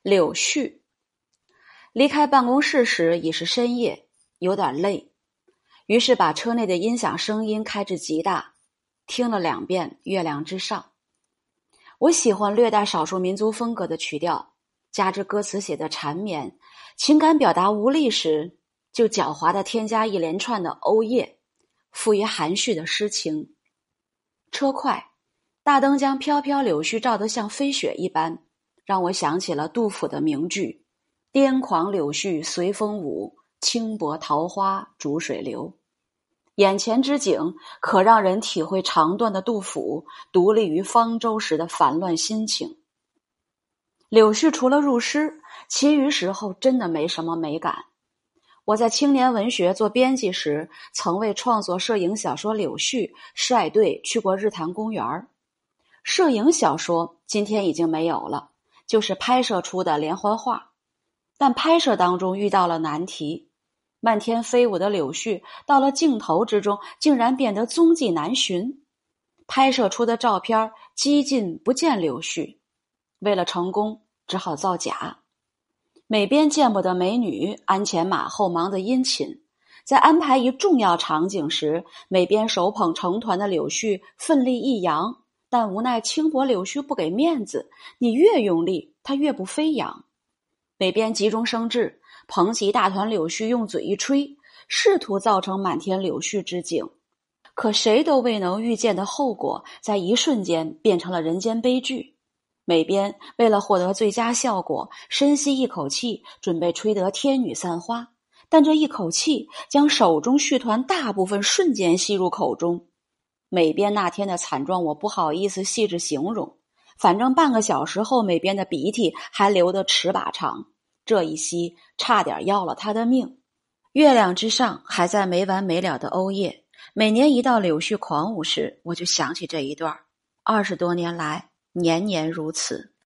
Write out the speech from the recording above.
柳絮。离开办公室时已是深夜，有点累，于是把车内的音响声音开至极大，听了2遍《月亮之上》。我喜欢略带少数民族风格的曲调，加之歌词写的缠绵，情感表达无力时，就狡猾地添加一连串的欧耶，赋予含蓄的诗情。车快，大灯将飘飘柳絮照得像飞雪一般，让我想起了杜甫的名句：癫狂柳絮随风舞，轻薄桃花逐水流。眼前之景可让人体会长段的杜甫独立于方舟时的烦乱心情。柳絮除了入诗，其余时候真的没什么美感。我在青年文学做编辑时，曾为创作摄影小说《柳絮》率队去过日坛公园。摄影小说今天已经没有了，就是拍摄出的连环画。但拍摄当中遇到了难题，漫天飞舞的柳絮到了镜头之中竟然变得踪迹难寻，拍摄出的照片几近不见柳絮。为了成功，只好造假。美编见不得美女鞍前马后忙得殷勤，在安排一重要场景时，美编手捧成团的柳絮奋力一扬，但无奈轻薄柳絮不给面子，你越用力它越不飞扬。美编急中生智，捧起一大团柳絮用嘴一吹，试图造成满天柳絮之景。可谁都未能预见的后果在一瞬间变成了人间悲剧。美编为了获得最佳效果，深吸一口气，准备吹得天女散花，但这一口气将手中絮团大部分瞬间吸入口中。美编那天的惨状我不好意思细致形容，反正半个小时后美编的鼻涕还流得尺把长，这一吸差点要了他的命。月亮之上还在没完没了的欧耶，每年一到柳絮狂舞时，我就想起这一段，20多年来年年如此。